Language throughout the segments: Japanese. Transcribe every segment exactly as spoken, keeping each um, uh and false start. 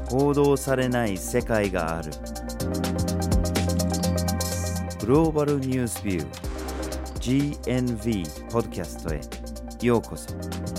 報道されない世界がある。グローバルニュースビュー ジーエヌブイ ポッドキャストへようこそ。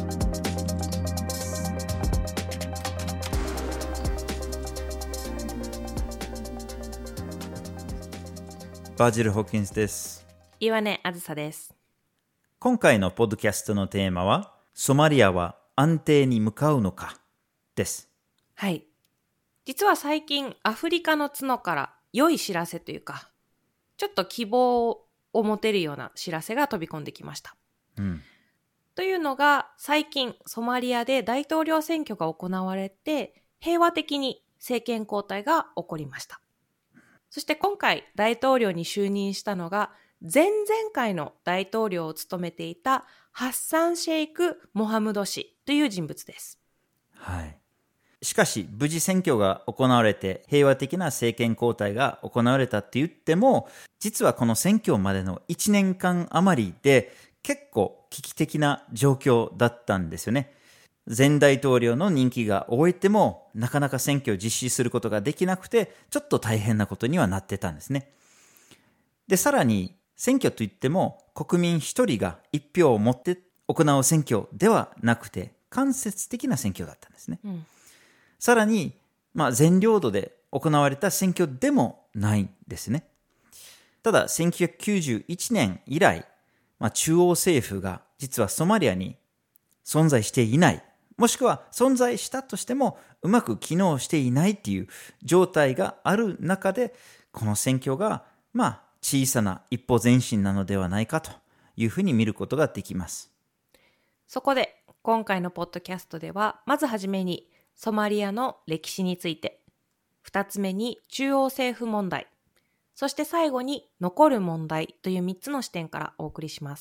バジル・ホッキンスです。 岩根あずさです。 今回のポッドキャストのテーマは、ソマリアは安定に向かうのかです。 はい。実は最近アフリカの角から良い知らせというか、ちょっと希望を持てるような知らせが飛び込んできました。 うん、 というのが、最近ソマリアで大統領選挙が行われて、平和的に政権交代が起こりました。そして今回大統領に就任したのが、前々回の大統領を務めていたハッサン・シェイク・モハムド氏という人物です。 はい。しかし、無事選挙が行われて、平和的な政権交代が行われたって言っても、実はこの選挙までのいちねんかん余りで、結構危機的な状況だったんですよね。前大統領の任期が終えても、なかなか選挙を実施することができなくて、ちょっと大変なことにはなってたんですね。で、さらに、選挙といっても、国民一人が一票を持って行う選挙ではなくて、間接的な選挙だったんですね。 うんさらに、まあ、全領土で行われた選挙でもないんですね。ただ、せんきゅうひゃくきゅうじゅういちねん以来、まあ、中央政府が実はソマリアに存在していない、もしくは存在したとしてもうまく機能していないっていう状態がある中で、この選挙が、まあ、小さな一歩前進なのではないかというふうに見ることができます。 そこで、今回のポッドキャストでは、まずはじめに、ソマリアの歴史について、二つ目に中央政府問題、そして最後に残る問題という三つの視点からお送りします。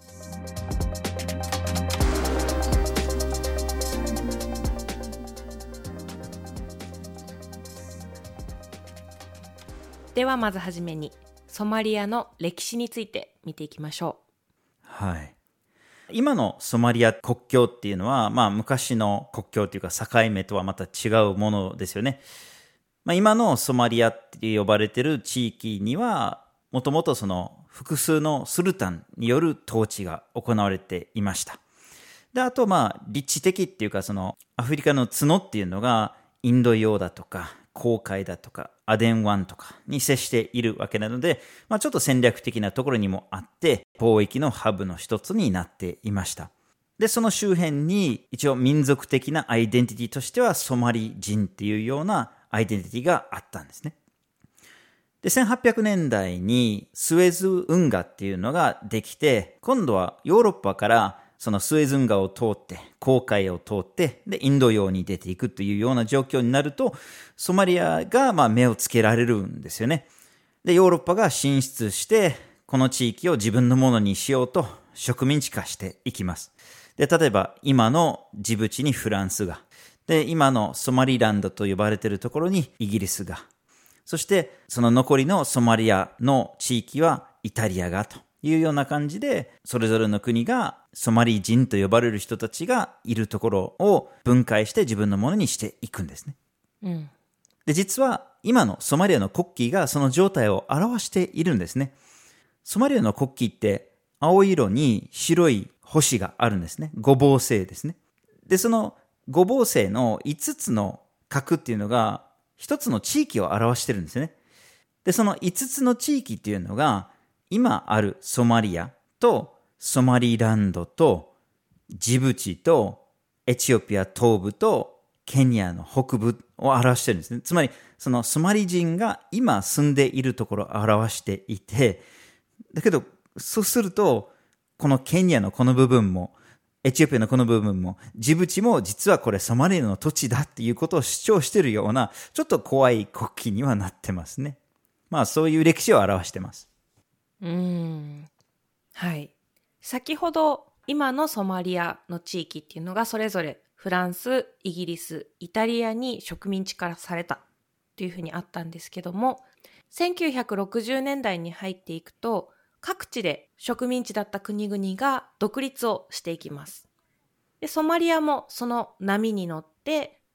ではまずはじめに、ソマリアの歴史について見ていきましょう。はい。今のソマリア国境っていうのは、まあ昔の国境というか境目とはまた違うものですよね。まあ、今のソマリアって呼ばれている地域には、もともとその複数のスルタンによる統治が行われていました。で、あとまあ立地的っていうかそのアフリカの角っていうのがインド洋だとか紅海だとかアデン湾とかに接しているわけなので、まあ、ちょっと戦略的なところにもあって貿易のハブの一つになっていました。で、その周辺に一応民族的なアイデンティティとしてはソマリ人っていうようなアイデンティティがあったんですね。で、せんはっぴゃくねんだいにスエズ運河っていうのができて、今度はヨーロッパからそのスエズ運河を通って、紅海を通って、で、インド洋に出ていくというような状況になると、ソマリアがまあ目をつけられるんですよね。で、ヨーロッパが進出して、この地域を自分のものにしようと植民地化していきます。で、例えば今のジブチにフランスが、で、今のソマリランドと呼ばれているところにイギリスが、そしてその残りのソマリアの地域はイタリアがというような感じで、それぞれの国がソマリ人と呼ばれる人たちがいるところを分解して自分のものにしていくんですね。 う。うん。 で、実は今のソマリアの国旗がその状態を表しているんですね。ソマリアの国旗って青色に白い星があるんですね。五芒星ですね。で、その五芒星の五つの角っていうのが一つの地域を表してるんですね。で、その五つの地域っていうのが今あるソマリアとソマリランドとジブチとエチオピア東部とケニアの北部を表してるんですね。つまりそのソマリ人が今住んでいるところを表していて、だけどそうするとこのケニアのこの部分もエチオピアのこの部分もジブチも実はこれソマリアの土地だっていうことを主張しているようなちょっと怖い国旗にはなってますね。まあそういう歴史を表してます。 うーん。はい。先ほど今のソマリアの地域っていうのがそれぞれフランス、イギリス、イタリアに植民地化されたというふうにあったんですけども、せんきゅうひゃくろくじゅうねんだいに入っていくと各地で植民地だった国々が独立をしていきます。で、ソマリアもその波に乗って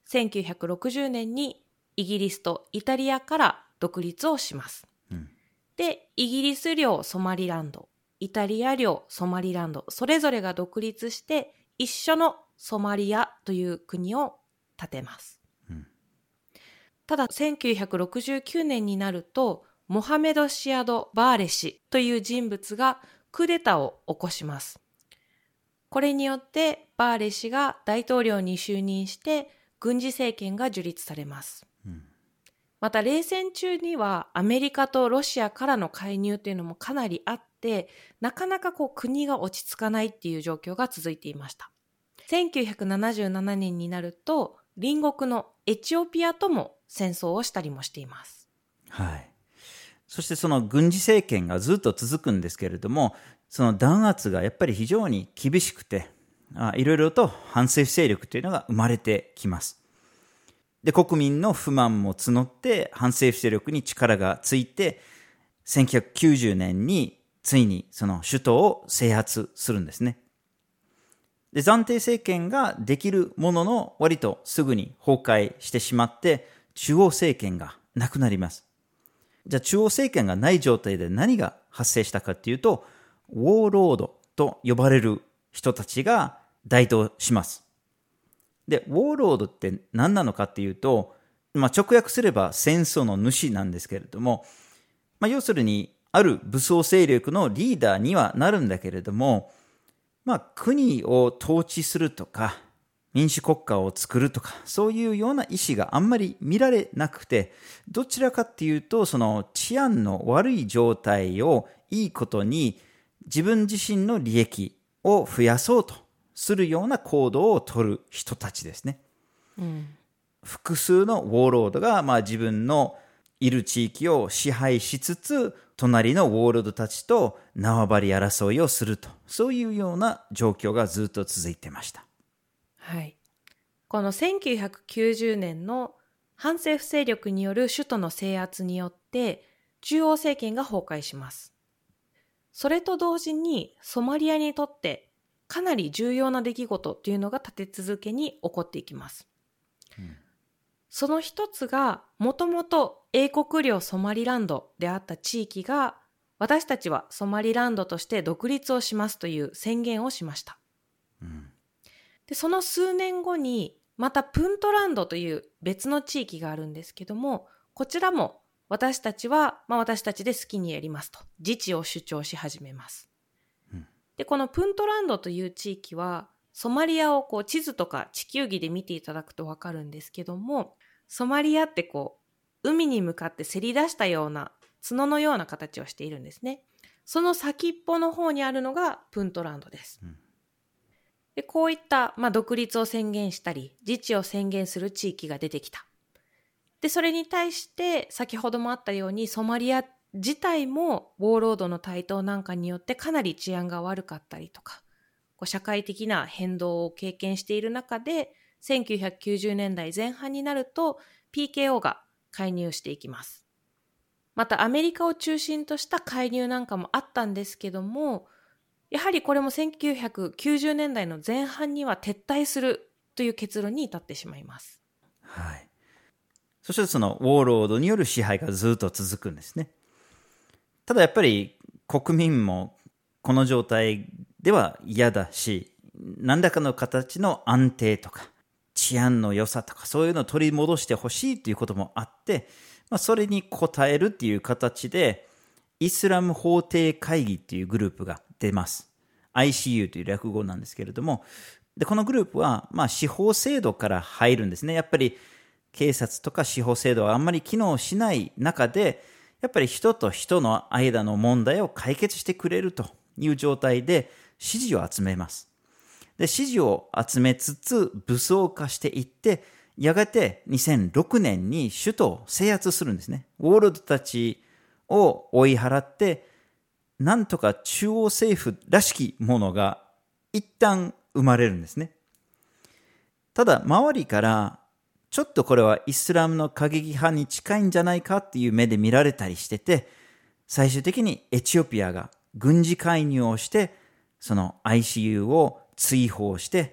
せんきゅうひゃくろくじゅうねんにイギリスとイタリアから独立をします。 うん、 で、イギリス領ソマリランド、イタリア領ソマリランド、それぞれが独立して一緒のソマリアという国を建てます。 うん、 ただせんきゅうひゃくろくじゅうきゅうねんになると、モハメド・シアド・バーレ氏という人物がクーデターを起こします。これによってバーレ氏が大統領に就任して軍事政権が樹立されます。 うん、 また冷戦中にはアメリカとロシアからの介入というのもかなりあって、なかなかこう国が落ち着かないっていう状況が続いていました。せんきゅうひゃくななじゅうななねんになると隣国のエチオピアとも戦争をしたりもしています。 はい。そしてその軍事政権がずっと続くんですけれども、その弾圧がやっぱり非常に厳しくて、あいろいろと反政府勢力というのが生まれてきます。で、国民の不満も募って反政府勢力に力がついて、せんきゅうひゃくきゅうじゅうねんについにその首都を制圧するんですね。で、暫定政権ができるものの割とすぐに崩壊してしまって中央政権がなくなります。じゃあ中央政権がない状態で何が発生したかっていうと、ウォーロードと呼ばれる人たちが台頭します。で、ウォーロードって何なのかっていうと、まあ、直訳すれば戦争の主なんですけれども、まあ、要するにある武装勢力のリーダーにはなるんだけれども、まあ、国を統治するとか民主国家を作るとかそういうような意思があんまり見られなくて、どちらかっていうとその治安の悪い状態をいいことに自分自身の利益を増やそうとするような行動を取る人たちですね。 うん、 複数のウォーロードがまあ自分のいる地域を支配しつつ、隣のウォーロードたちと縄張り争いをすると、そういうような状況がずっと続いてました。 はい。このせんきゅうひゃくきゅうじゅうねんの反政府勢力による首都の制圧によって中央政権が崩壊します。それと同時にソマリアにとってかなり重要な出来事というのが立て続けに起こっていきます。うん、その一つが、もともと英国領ソマリランドであった地域が、私たちはソマリランドとして独立をしますという宣言をしました。うん、でその数年後に、またプントランドという別の地域があるんですけども、こちらも私たちは、まあ、私たちで好きにやりますと自治を主張し始めます。うん、でこのプントランドという地域はソマリアをこう地図とか地球儀で見ていただくと分かるんですけども、ソマリアってこう海に向かってせり出したような角のような形をしているんですね。その先っぽの方にあるのがプントランドです。うん、でこういった、まあ、独立を宣言したり自治を宣言する地域が出てきた。でそれに対して先ほどもあったようにソマリア自体もウォーロードの台頭なんかによってかなり治安が悪かったりとか、こう社会的な変動を経験している中でせんきゅうひゃくきゅうじゅうねんだいぜん半になると ピーケーオー が介入していきます。またアメリカを中心とした介入なんかもあったんですけども、やはりこれもせんきゅうひゃくきゅうじゅうねんだいの前半には撤退するという結論に至ってしまいます。 はい。そしてそのウォーロードによる支配がずっと続くんですね。ただやっぱり国民もこの状態では嫌だし、何らかの形の安定とか治安の良さとかそういうのを取り戻してほしいということもあって、まあ、それに応えるっていう形でイスラム法廷会議っていうグループが出ます。アイシーユー という略語なんですけれども、でこのグループはまあ司法制度から入るんですね。やっぱり警察とか司法制度はあんまり機能しない中で、やっぱり人と人の間の問題を解決してくれるという状態で支持を集めます。で、支持を集めつつ武装化していって、やがてにせんろくねんに首都を制圧するんですね。ウォーロードたちを追い払って、なんとか中央政府らしきものが一旦生まれるんですね。ただ、周りからちょっとこれはイスラムの過激派に近いんじゃないかっていう目で見られたりしてて、最終的にエチオピアが軍事介入をして、その アイシーユー を追放して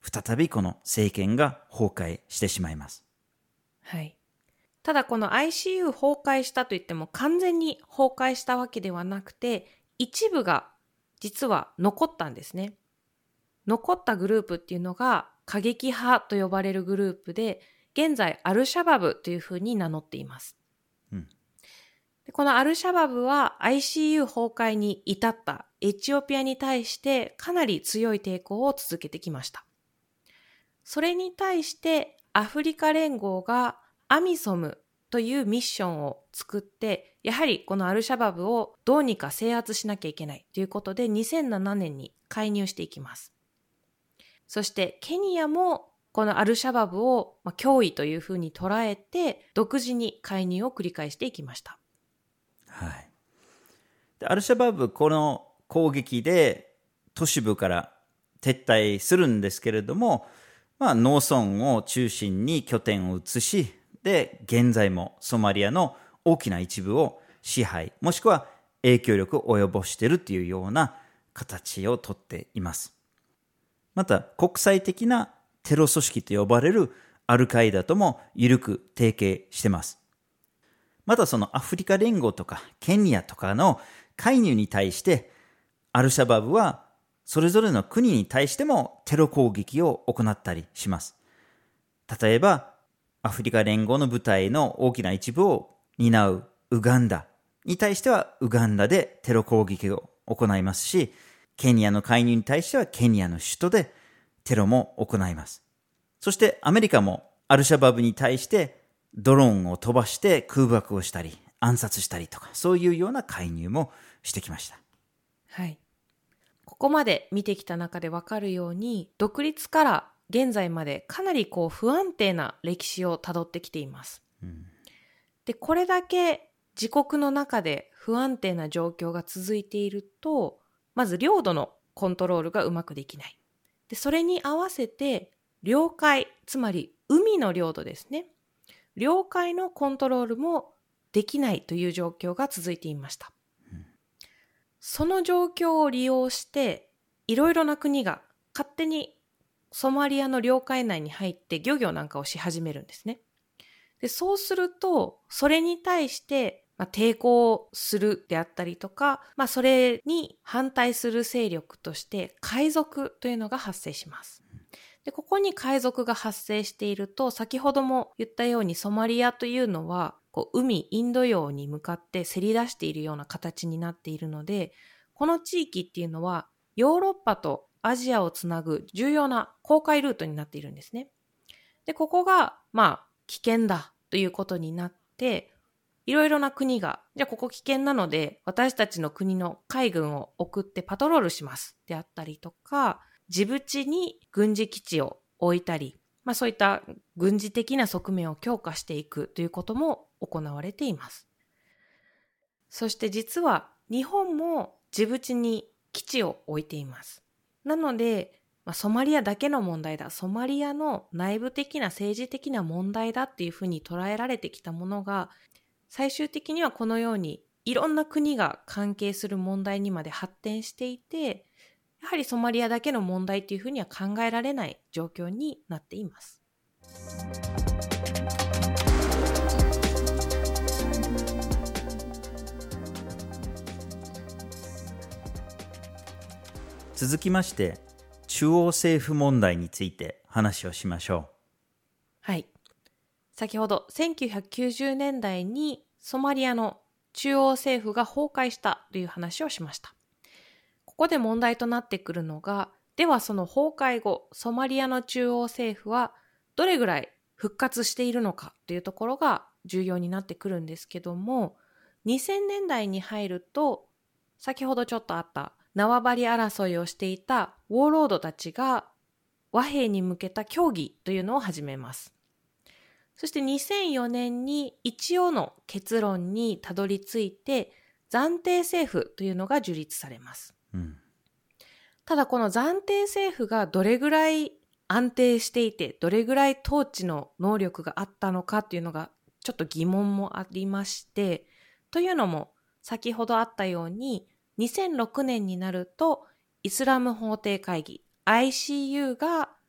再びこの政権が崩壊してしまいます。 はい。ただこの アイシーユー 崩壊したといっても完全に崩壊したわけではなくて、一部が実は残ったんですね。残ったグループっていうのが過激派と呼ばれるグループで、現在アルシャバブというふうに名乗っています。 うん、 でこのアルシャバブは アイシーユー 崩壊に至ったエチオピアに対してかなり強い抵抗を続けてきました。それに対してアフリカ連合がアミソムというミッションを作って、やはりこのアルシャバブをどうにか制圧しなきゃいけないということでにせんななねんに介入していきます。そしてケニアもこのアルシャバブを脅威というふうに捉えて独自に介入を繰り返していきました。 はい。でアルシャバブこの攻撃で都市部から撤退するんですけれども、まあ、農村を中心に拠点を移し、で現在もソマリアの大きな一部を支配もしくは影響力を及ぼしているというような形をとっています。また国際的なテロ組織と呼ばれるアルカイダとも緩く提携しています。またそのアフリカ連合とかケニアとかの介入に対してアルシャバブはそれぞれの国に対してもテロ攻撃を行ったりします。例えばアフリカ連合の部隊の大きな一部を担うウガンダに対してはウガンダでテロ攻撃を行いますし、ケニアの介入に対してはケニアの首都でテロも行います。そしてアメリカもアルシャバブに対してドローンを飛ばして空爆をしたり暗殺したりとか、そういうような介入もしてきました。 はい。ここまで見てきた中で分かるように、独立から現在までかなりこう不安定な歴史をたどってきています。うん、で、これだけ自国の中で不安定な状況が続いていると、まず領土のコントロールがうまくできない。で、それに合わせて領海、つまり海の領土ですね。領海のコントロールもできないという状況が続いていました。うん、その状況を利用して、いろいろな国が勝手にソマリアの領海内に入って漁業なんかをし始めるんですね。で、そうすると、それに対して、まあ、抵抗するであったりとか、まあ、それに反対する勢力として海賊というのが発生します。で、ここに海賊が発生していると、先ほども言ったようにソマリアというのは、こう海、インド洋に向かってせり出しているような形になっているので、この地域っていうのはヨーロッパとアジアをつなぐ重要な航海ルートになっているんですね。で、ここが、まあ、危険だということになって、いろいろな国が、じゃあここ危険なので、私たちの国の海軍を送ってパトロールしますであったりとか、ジブチに軍事基地を置いたり、まあそういった軍事的な側面を強化していくということも行われています。そして実は日本もジブチに基地を置いています。なので、まあ、ソマリアだけの問題だ、ソマリアの内部的な政治的な問題だっていうふうに捉えられてきたものが、最終的にはこのようにいろんな国が関係する問題にまで発展していて、やはりソマリアだけの問題というふうには考えられない状況になっています。 続きまして中央政府問題について話をしましょう。 はい。先ほどせんきゅうひゃくきゅうじゅうねんだいにソマリアの中央政府が崩壊したという話をしました。ここで問題となってくるのが、ではその崩壊後、ソマリアの中央政府はどれぐらい復活しているのかというところが重要になってくるんですけども、にせんねんだいに入ると、先ほどちょっとあった縄張り争いをしていたウォーロードたちが和平に向けた協議というのを始めます。そしてにせんよねんに一応の結論にたどり着いて暫定政府というのが樹立されます。うん、ただこの暫定政府がどれぐらい安定していて、どれぐらい統治の能力があったのかというのがちょっと疑問もありまして、というのも先ほどあったようににせんろくねんになるとイスラム法廷会議 アイシーユー が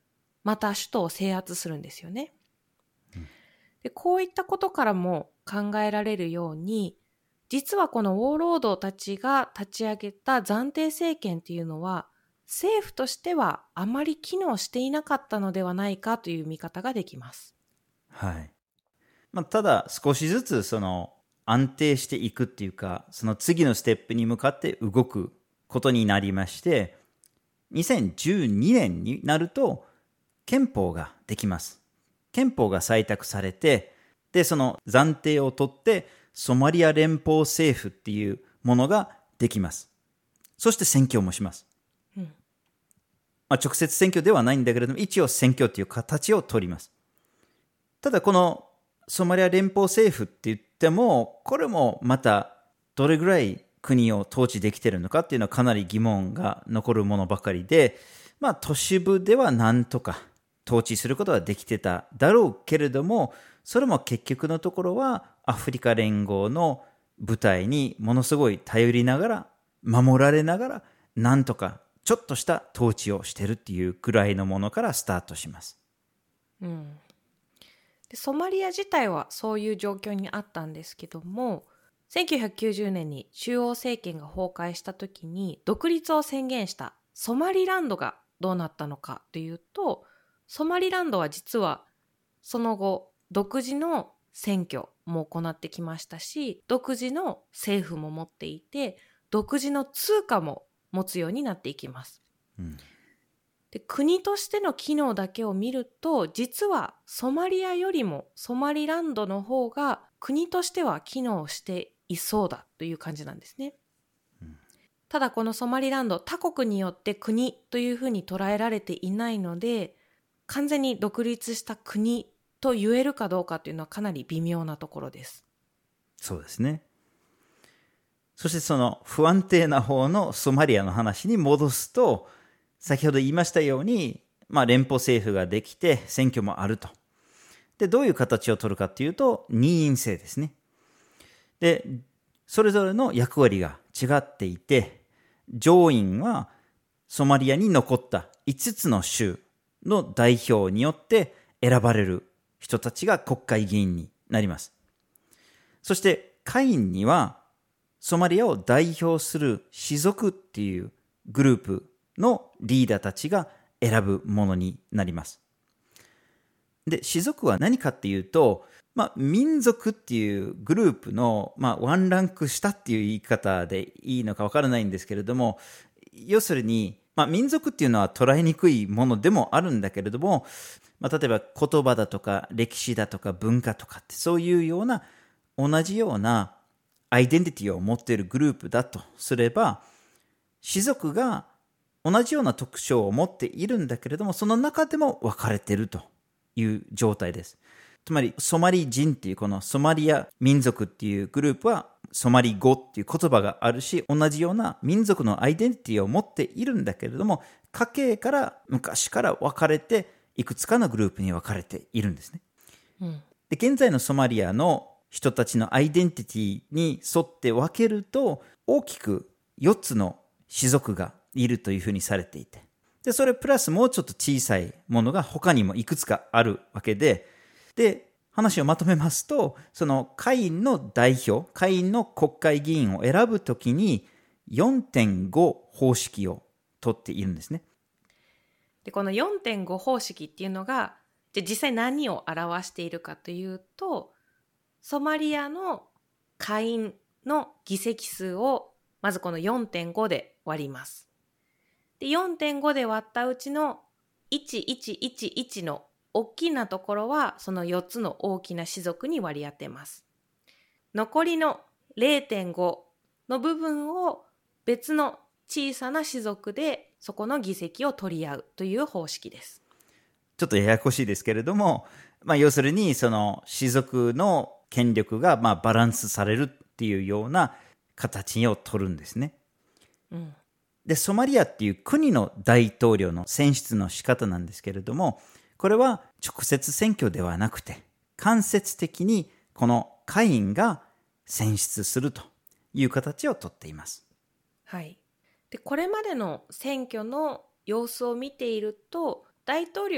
また首都を制圧するんですよね。で、こういったことからも考えられるように、実はこのウォーロードたちが立ち上げた暫定政権というのは、政府としてはあまり機能していなかったのではないかという見方ができます。 はい。まあ、ただ少しずつその安定していくっていうか、その次のステップに向かって動くことになりまして、にせんじゅうにねんになると憲法ができます。憲法が採択されて、で、その暫定を取ってソマリア連邦政府っていうものができます。そして選挙もします。うん、まあ、直接選挙ではないんだけれども、一応選挙という形を取ります。ただこのソマリア連邦政府って言っても、これもまたどれぐらい国を統治できているのかっていうのはかなり疑問が残るものばかりで、まあ都市部ではなんとか統治することはできてただろうけれども、それも結局のところはアフリカ連合の部隊にものすごい頼りながら、守られながら、なんとかちょっとした統治をしてるっていうくらいのものからスタートします。 うん、でソマリア自体はそういう状況にあったんですけども、せんきゅうひゃくきゅうじゅうねんに中央政権が崩壊した時に独立を宣言したソマリランドがどうなったのかというと、ソマリランドは実はその後独自の選挙も行ってきましたし、独自の政府も持っていて、独自の通貨も持つようになっていきます。うん、で国としての機能だけを見ると、実はソマリアよりもソマリランドの方が国としては機能していそうだという感じなんですね。うん、ただこのソマリランド、他国によって国というふうに捉えられていないので、完全に独立した国と言えるかどうかというのはかなり微妙なところです。 そうですね。そしてその不安定な方のソマリアの話に戻すと、先ほど言いましたように、まあ、連邦政府ができて選挙もあると。で、どういう形を取るかというと、任意制ですね。で、それぞれの役割が違っていて、上院はソマリアに残ったいつつの州の代表によって選ばれる人たちが国会議員になります。そして下院にはソマリアを代表する氏族っていうグループのリーダーたちが選ぶものになります。で、氏族は何かっていうと、まあ、民族っていうグループの、まあ、ワンランク下っていう言い方でいいのかわからないんですけれども、要するに、まあ、民族っていうのは捉えにくいものでもあるんだけれども、まあ、例えば言葉だとか歴史だとか文化とかってそういうような同じようなアイデンティティを持っているグループだとすれば、氏族が同じような特徴を持っているんだけれども、その中でも分かれているという状態です。つまりソマリ人っていうこのソマリア民族っていうグループはソマリ語っていう言葉があるし、同じような民族のアイデンティティを持っているんだけれども、家系から昔から分かれていくつかのグループに分かれているんですね。うん、で現在のソマリアの人たちのアイデンティティに沿って分けると、大きくよっつの氏族がいるというふうにされていて、でそれプラスもうちょっと小さいものが他にもいくつかあるわけで、で話をまとめますと、その下院の代表、下院の国会議員を選ぶときに よんてんご 方式を取っているんですね。 でこの よんてんご 方式っていうのが、じゃあ実際何を表しているかというと、ソマリアの下院の議席数をまずこの よんてんご で割ります。で よんてんご で割ったうちのいちいちいちいちの大きなところはそのよっつの大きな氏族に割り当てます。残りの れいてんご の部分を別の小さな氏族でそこの議席を取り合うという方式です。 ちょっとややこしいですけれども、まあ、要するにその氏族の権力がまあバランスされるっていうような形を取るんですね。うん、でソマリアっていう国の大統領の選出の仕方なんですけれども、これは直接選挙ではなくて間接的にこの下院が選出するという形をとっています。 はい。でこれまでの選挙の様子を見ていると、大統領は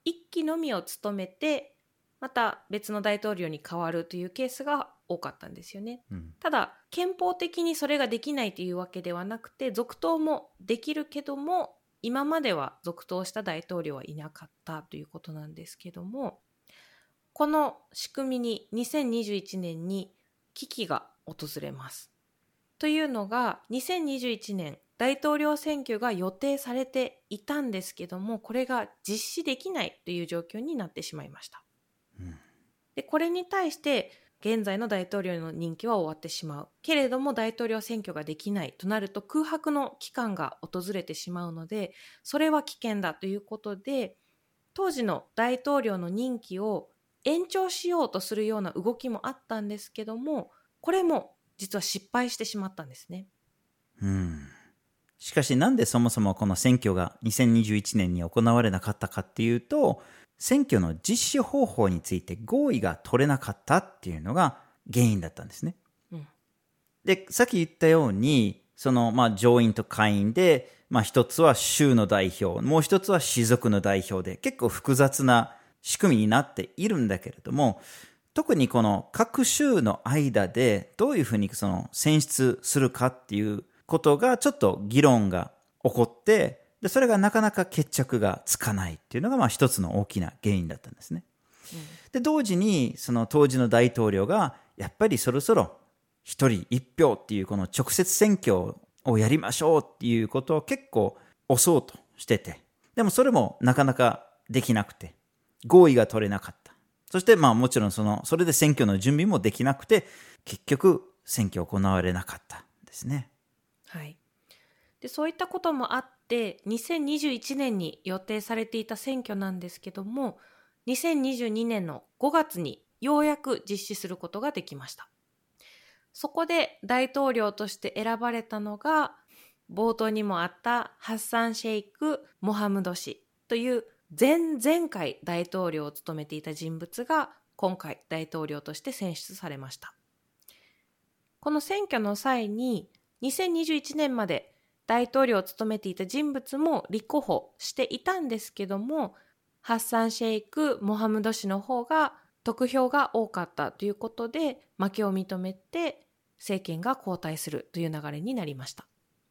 いっきのみを務めて、また別の大統領に変わるというケースが多かったんですよね。 うん、 ただ憲法的にそれができないというわけではなくて、続投もできるけども、今までは続投した大統領はいなかったということなんですけども、この仕組みににせんにじゅういちねんに危機が訪れます。というのが、にせんにじゅういちねん大統領選挙が予定されていたんですけども、これが実施できないという状況になってしまいました。 うん、 で、これに対して現在の大統領の任期は終わってしまうけれども、大統領選挙ができないとなると空白の期間が訪れてしまうので、それは危険だということで、当時の大統領の任期を延長しようとするような動きもあったんですけども、これも実は失敗してしまったんですね。 うん。しかしなんでそもそもこの選挙がにせんにじゅういちねんに行われなかったかっていうと、選挙の実施方法について合意が取れなかったっていうのが原因だったんですね。 うん、 で、さっき言ったように、そのまあ上院と下院で、まあ一つは州の代表、もう一つは士族の代表で、結構複雑な仕組みになっているんだけれども、特にこの各州の間でどういうふうにその選出するかっていうことがちょっと議論が起こって、でそれがなかなか決着がつかないっていうのがまあ一つの大きな原因だったんですね。 うん、 で同時にその当時の大統領がやっぱりそろそろ一人一票っていうこの直接選挙をやりましょうっていうことを結構押そうとしてて、でもそれもなかなかできなくて合意が取れなかった。そしてまあもちろんそのそれで選挙の準備もできなくて、結局選挙行われなかったんですね。 はい。で、そういったこともあってにせんにじゅういちねんに予定されていた選挙なんですけども、にせんにじゅうにねんのごがつにようやく実施することができました。そこで大統領として選ばれたのが、冒頭にもあったハッサン・シェイク・モハムド氏という前々回大統領を務めていた人物が今回大統領として選出されました。この選挙の際ににせんにじゅういちねんまで大統領を務めていた人物も立候補していたんですけども、ハッサン・シェイク・モハムド氏の方が得票が多かったということで負けを認めて政権が交代するという流れになりました。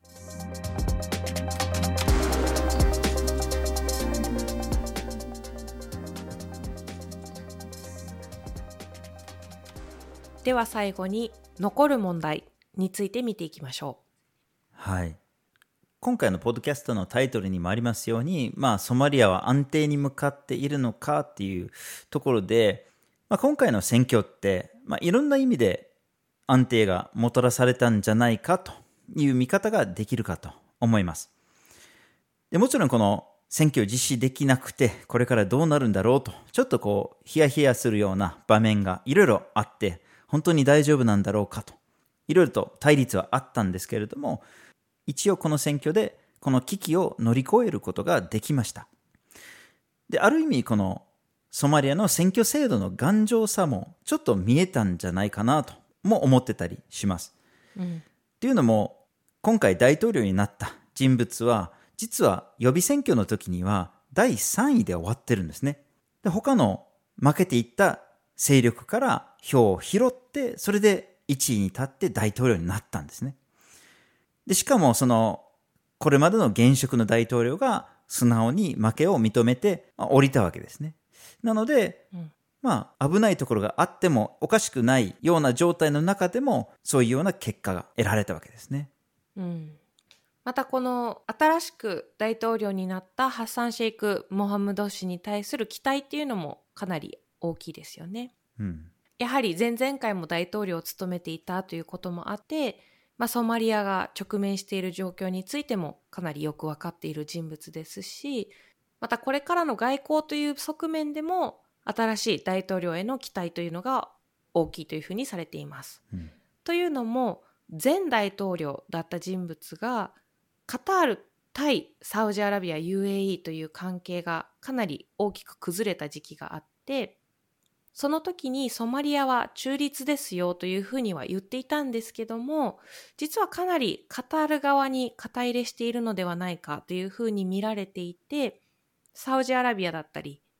では最後に残る問題について見ていきましょう。はい。今回のポッドキャストのタイトルにもありますように、まあソマリアは安定に向かっているのかっていうところで、まあ、今回の選挙って、まあ、いろんな意味で安定がもたらされたんじゃないかという見方ができるかと思います。でもちろんこの選挙を実施できなくてこれからどうなるんだろうとちょっとこうヒヤヒヤするような場面がいろいろあって、本当に大丈夫なんだろうかといろいろと対立はあったんですけれども、一応この選挙でこの危機を乗り越えることができました。で、ある意味このソマリアの選挙制度の頑丈さもちょっと見えたんじゃないかなとも思ってたりします。 う。うん、 っていうのも今回大統領になった人物は実は予備選挙の時にはだいさんいで終わってるんですね。で、他の負けていった勢力から票を拾ってそれでいちいに立って大統領になったんですね。で、しかもそのこれまでの現職の大統領が素直に負けを認めて、まあ、降りたわけですね。なので、うん、まあ危ないところがあってもおかしくないような状態の中でもそういうような結果が得られたわけですね。 うん、またこの新しく大統領になったハッサン・シェイク・モハムド氏に対する期待っていうのもかなり大きいですよね。 うん、 やはり前々回も大統領を務めていたということもあって、まあ、ソマリアが直面している状況についてもかなりよく分かっている人物ですし、またこれからの外交という側面でも新しい大統領への期待というのが大きいというふうにされています。うん、というのも前大統領だった人物がカタール対サウジアラビア ユーエーイー という関係がかなり大きく崩れた時期があって、その時にソマリアは中立ですよというふうには言っていたんですけども、実はかなりカタール側に肩入れしているのではないかというふうに見られていて、サウジアラビアだったり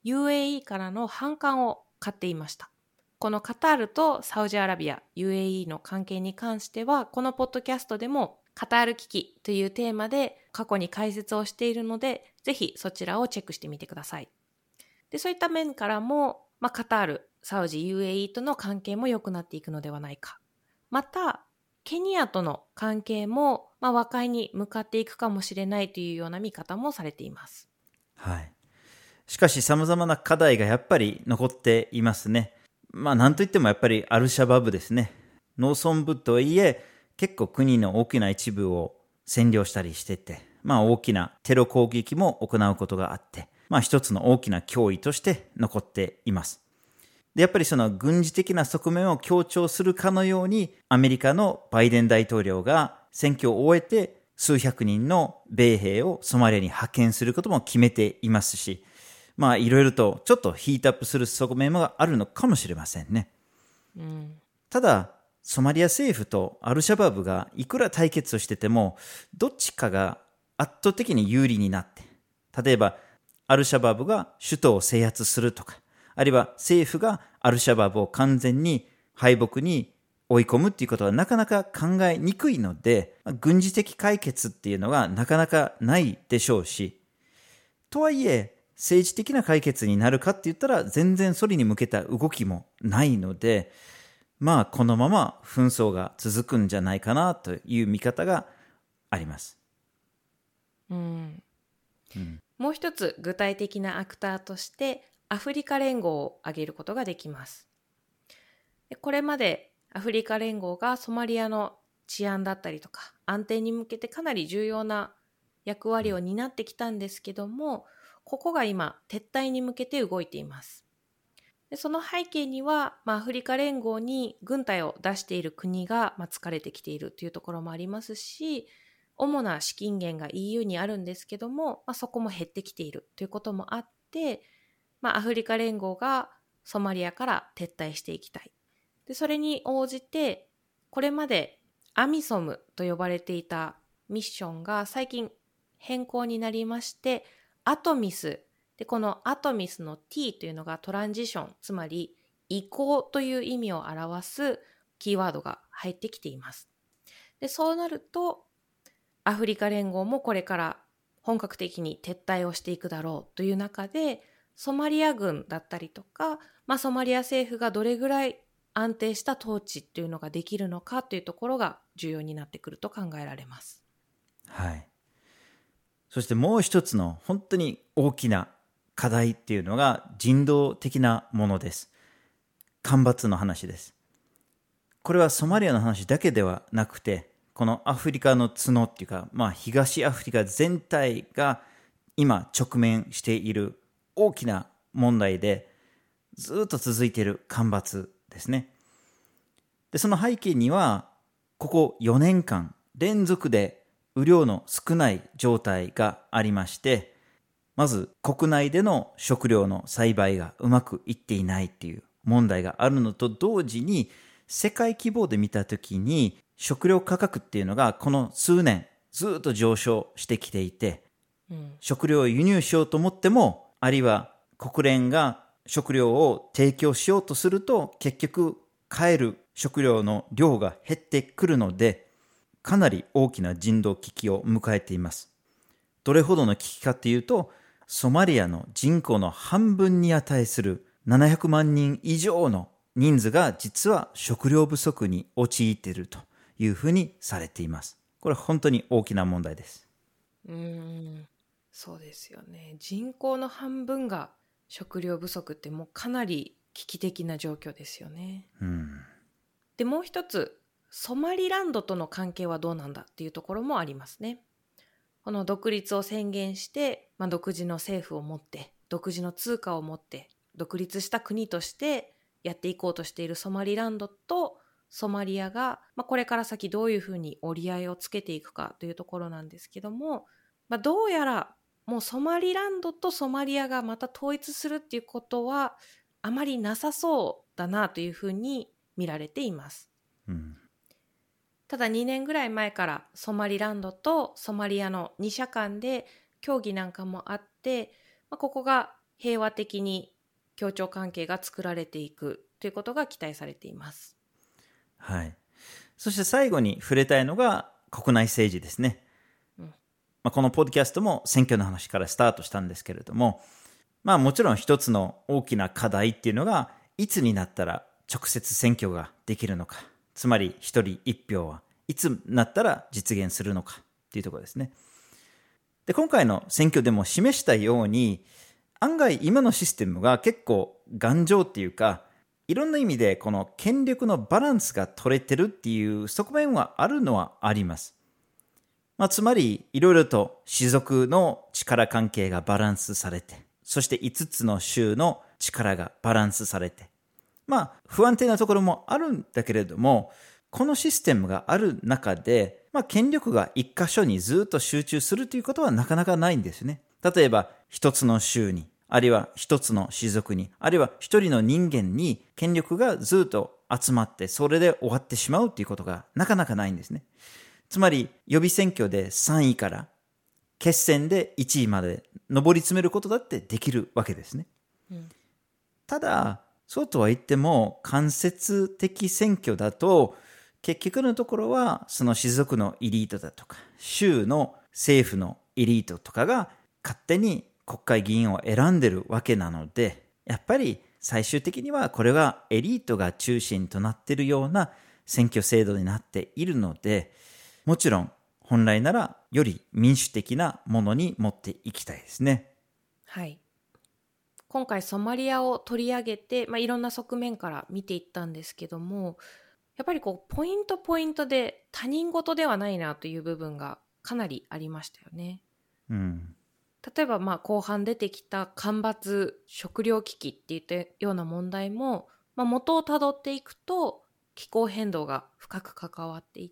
ユーエーイー からの反感を買っていました。このカタールとサウジアラビア、ユーエーイー の関係に関しては、このポッドキャストでもカタール危機というテーマで過去に解説をしているので、ぜひそちらをチェックしてみてください。で、そういった面からも、まあ、カタール、サウジ、ユーエーイー との関係も良くなっていくのではないか。また、ケニアとの関係も、まあ、和解に向かっていくかもしれないというような見方もされています。 はい。しかし様々な課題がやっぱり残っていますね。まあなんといってもやっぱりアルシャバブですね。農村部とはいえ結構国の大きな一部を占領したりしてて、まあ大きなテロ攻撃も行うことがあって、まあ一つの大きな脅威として残っています。で、やっぱりその軍事的な側面を強調するかのように、アメリカのバイデン大統領が選挙を終えて数百人の米兵をソマリアに派遣することも決めていますし、まあいろいろとちょっとヒートアップする側面があるのかもしれませんね。 うん、 ただ、ソマリア政府とアルシャバブがいくら対決をしてても、どっちかが圧倒的に有利になって、例えばアルシャバブが首都を制圧するとか、あるいは政府がアルシャバブを完全に敗北に追い込むっていうことはなかなか考えにくいので、軍事的解決っていうのがなかなかないでしょうし、とはいえ政治的な解決になるかって言ったら全然それに向けた動きもないので、まあこのまま紛争が続くんじゃないかなという見方があります。 うん、 うん、 もう一つ具体的なアクターとしてアフリカ連合を挙げることができます。でこれまでアフリカ連合がソマリアの治安だったりとか安定に向けてかなり重要な役割を担ってきたんですけども、ここが今撤退に向けて動いています。でその背景には、まあ、アフリカ連合に軍隊を出している国が、まあ、疲れてきているというところもありますし、主な資金源が イーユー にあるんですけども、まあ、そこも減ってきているということもあって、まあ、アフリカ連合がソマリアから撤退していきたい。でそれに応じて、これまでアミソムと呼ばれていたミッションが最近変更になりまして、アトミスで、このアトミスの T というのがトランジション、つまり移行という意味を表すキーワードが入ってきています。で、そうなると、アフリカ連合もこれから本格的に撤退をしていくだろうという中で、ソマリア軍だったりとか、まあ、ソマリア政府がどれぐらい安定した統治というのができるのかというところが重要になってくると考えられます。 はい。そしてもう一つの本当に大きな課題っていうのが人道的なものです。干ばつの話です。これはソマリアの話だけではなくて、このアフリカの角っていうか、まあ東アフリカ全体が今直面している大きな問題で、ずっと続いている干ばつですね。で、その背景には、ここよねんかん連続で雨量の少ない状態がありまして、まず国内での食料の栽培がうまくいっていないっていう問題があるのと同時に、世界規模で見たときに食料価格っていうのがこの数年ずっと上昇してきていて、うん、食料を輸入しようと思っても、あるいは国連が食料を提供しようとすると結局買える食料の量が減ってくるので、かなり大きな人道危機を迎えています。どれほどの危機かというと、ソマリアの人口の半分に値するななひゃくまんにん以上の人数が実は食料不足に陥っているというふうにされています。これは本当に大きな問題です。 うーん、そうですよね。人口の半分が食料不足ってもうかなり危機的な状況ですよね。 うん、 で、もう一つ、ソマリランドとの関係はどうなんだっていうところもありますね。この独立を宣言して、まあ、独自の政府を持って、独自の通貨を持って、独立した国としてやっていこうとしているソマリランドとソマリアが、まあ、これから先どういうふうに折り合いをつけていくかというところなんですけども、まあ、どうやらもうソマリランドとソマリアがまた統一するっていうことはあまりなさそうだなというふうに見られています。 うん、 ただにねんぐらい前からソマリランドとソマリアのにしゃ間で協議なんかもあって、まあ、ここが平和的に協調関係が作られていくということが期待されています。 はい。そして最後に触れたいのが国内政治ですね。うんまあ、このポッドキャストも選挙の話からスタートしたんですけれども、まあもちろん一つの大きな課題っていうのが、いつになったら直接選挙ができるのか、つまり一人一票はいつになったら実現するのかっていうところですね。で、今回の選挙でも示したように、案外今のシステムが結構頑丈っていうか、いろんな意味でこの権力のバランスが取れてるっていう側面はあるのはあります。まあ、つまりいろいろと氏族の力関係がバランスされて、そしていつつの州の力がバランスされて、まあ不安定なところもあるんだけれども、このシステムがある中で、まあ、権力が一箇所にずっと集中するということはなかなかないんですね。例えば一つの州に、あるいは一つの氏族に、あるいは一人の人間に権力がずっと集まって、それで終わってしまうということがなかなかないんですね。つまり予備選挙でさんいから決選でいちいまで上り詰めることだってできるわけですね。うん、ただ、そうとは言っても間接的選挙だと、結局のところはその氏族のエリートだとか、州の政府のエリートとかが勝手に国会議員を選んでるわけなので、やっぱり最終的にはこれがエリートが中心となっているような選挙制度になっているので、もちろん本来ならより民主的なものに持っていきたいですね。 はい。今回ソマリアを取り上げて、まあ、いろんな側面から見ていったんですけども、やっぱりこうポイントポイントで他人事ではないなという部分がかなりありましたよね。 うん、 例えばまあ後半出てきた干ばつ、食糧危機っていったような問題も、まあ、元をたどっていくと気候変動が深く関わっていって、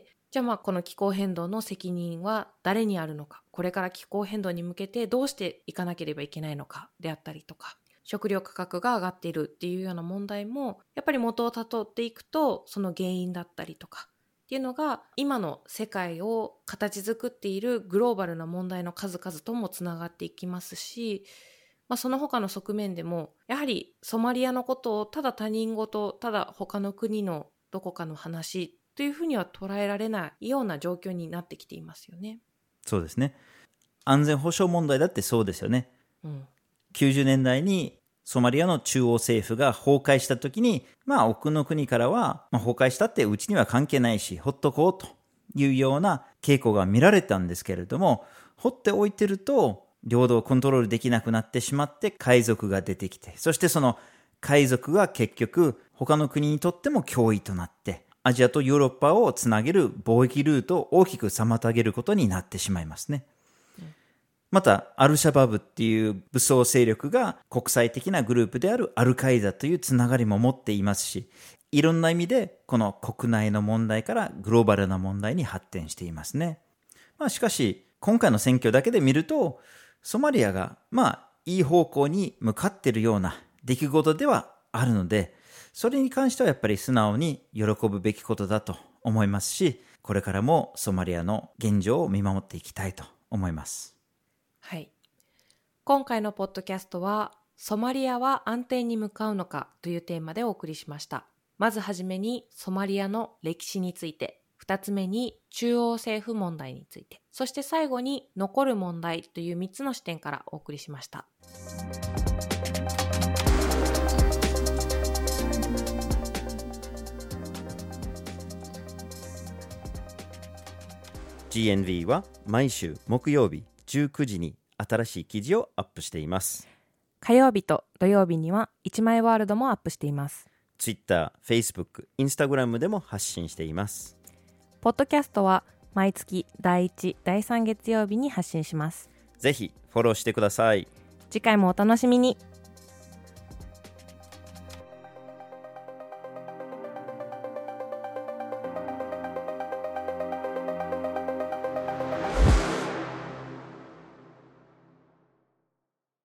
じゃあまあこの気候変動の責任は誰にあるのか、これから気候変動に向けてどうしていかなければいけないのかであったりとか、食料価格が上がっているっていうような問題もやっぱり元をたどっていくと、その原因だったりとかっていうのが今の世界を形作っているグローバルな問題の数々ともつながっていきますし、まあ、その他の側面でもやはりソマリアのことをただ他人事、ただ他の国のどこかの話というふうには捉えられないような状況になってきていますよね。 そうですね。安全保障問題だってそうですよね。 うん、 きゅうじゅうねんだいにソマリアの中央政府が崩壊したときに、まあ奥の国からは、まあ、崩壊したってうちには関係ないし、ほっとこうというような傾向が見られたんですけれども、放っておいてると領土をコントロールできなくなってしまって海賊が出てきて、そしてその海賊が結局他の国にとっても脅威となって、アジアとヨーロッパをつなげる貿易ルートを大きく妨げることになってしまいますね。また、アルシャバブっていう武装勢力が国際的なグループであるアルカイダというつながりも持っていますし、いろんな意味でこの国内の問題からグローバルな問題に発展していますね。まあ、しかし、今回の選挙だけで見ると、ソマリアがまあいい方向に向かっているような出来事ではあるので、それに関してはやっぱり素直に喜ぶべきことだと思いますし、これからもソマリアの現状を見守っていきたいと思います。 はい。今回のポッドキャストは、ソマリアは安定に向かうのかというテーマでお送りしました。まずはじめにソマリアの歴史について、二つ目に中央政府問題について、そして最後に残る問題という三つの視点からお送りしました。 ジーエヌブイ は毎週木曜日じゅうくじに新しい記事をアップしています。 火曜日と土曜日には一枚ワールドもアップしています。 Twitter、Facebook、Instagram でも発信しています。 ポッドキャストは毎月だいいち、だいさん月曜日に発信します。 ぜひフォローしてください。 次回もお楽しみに。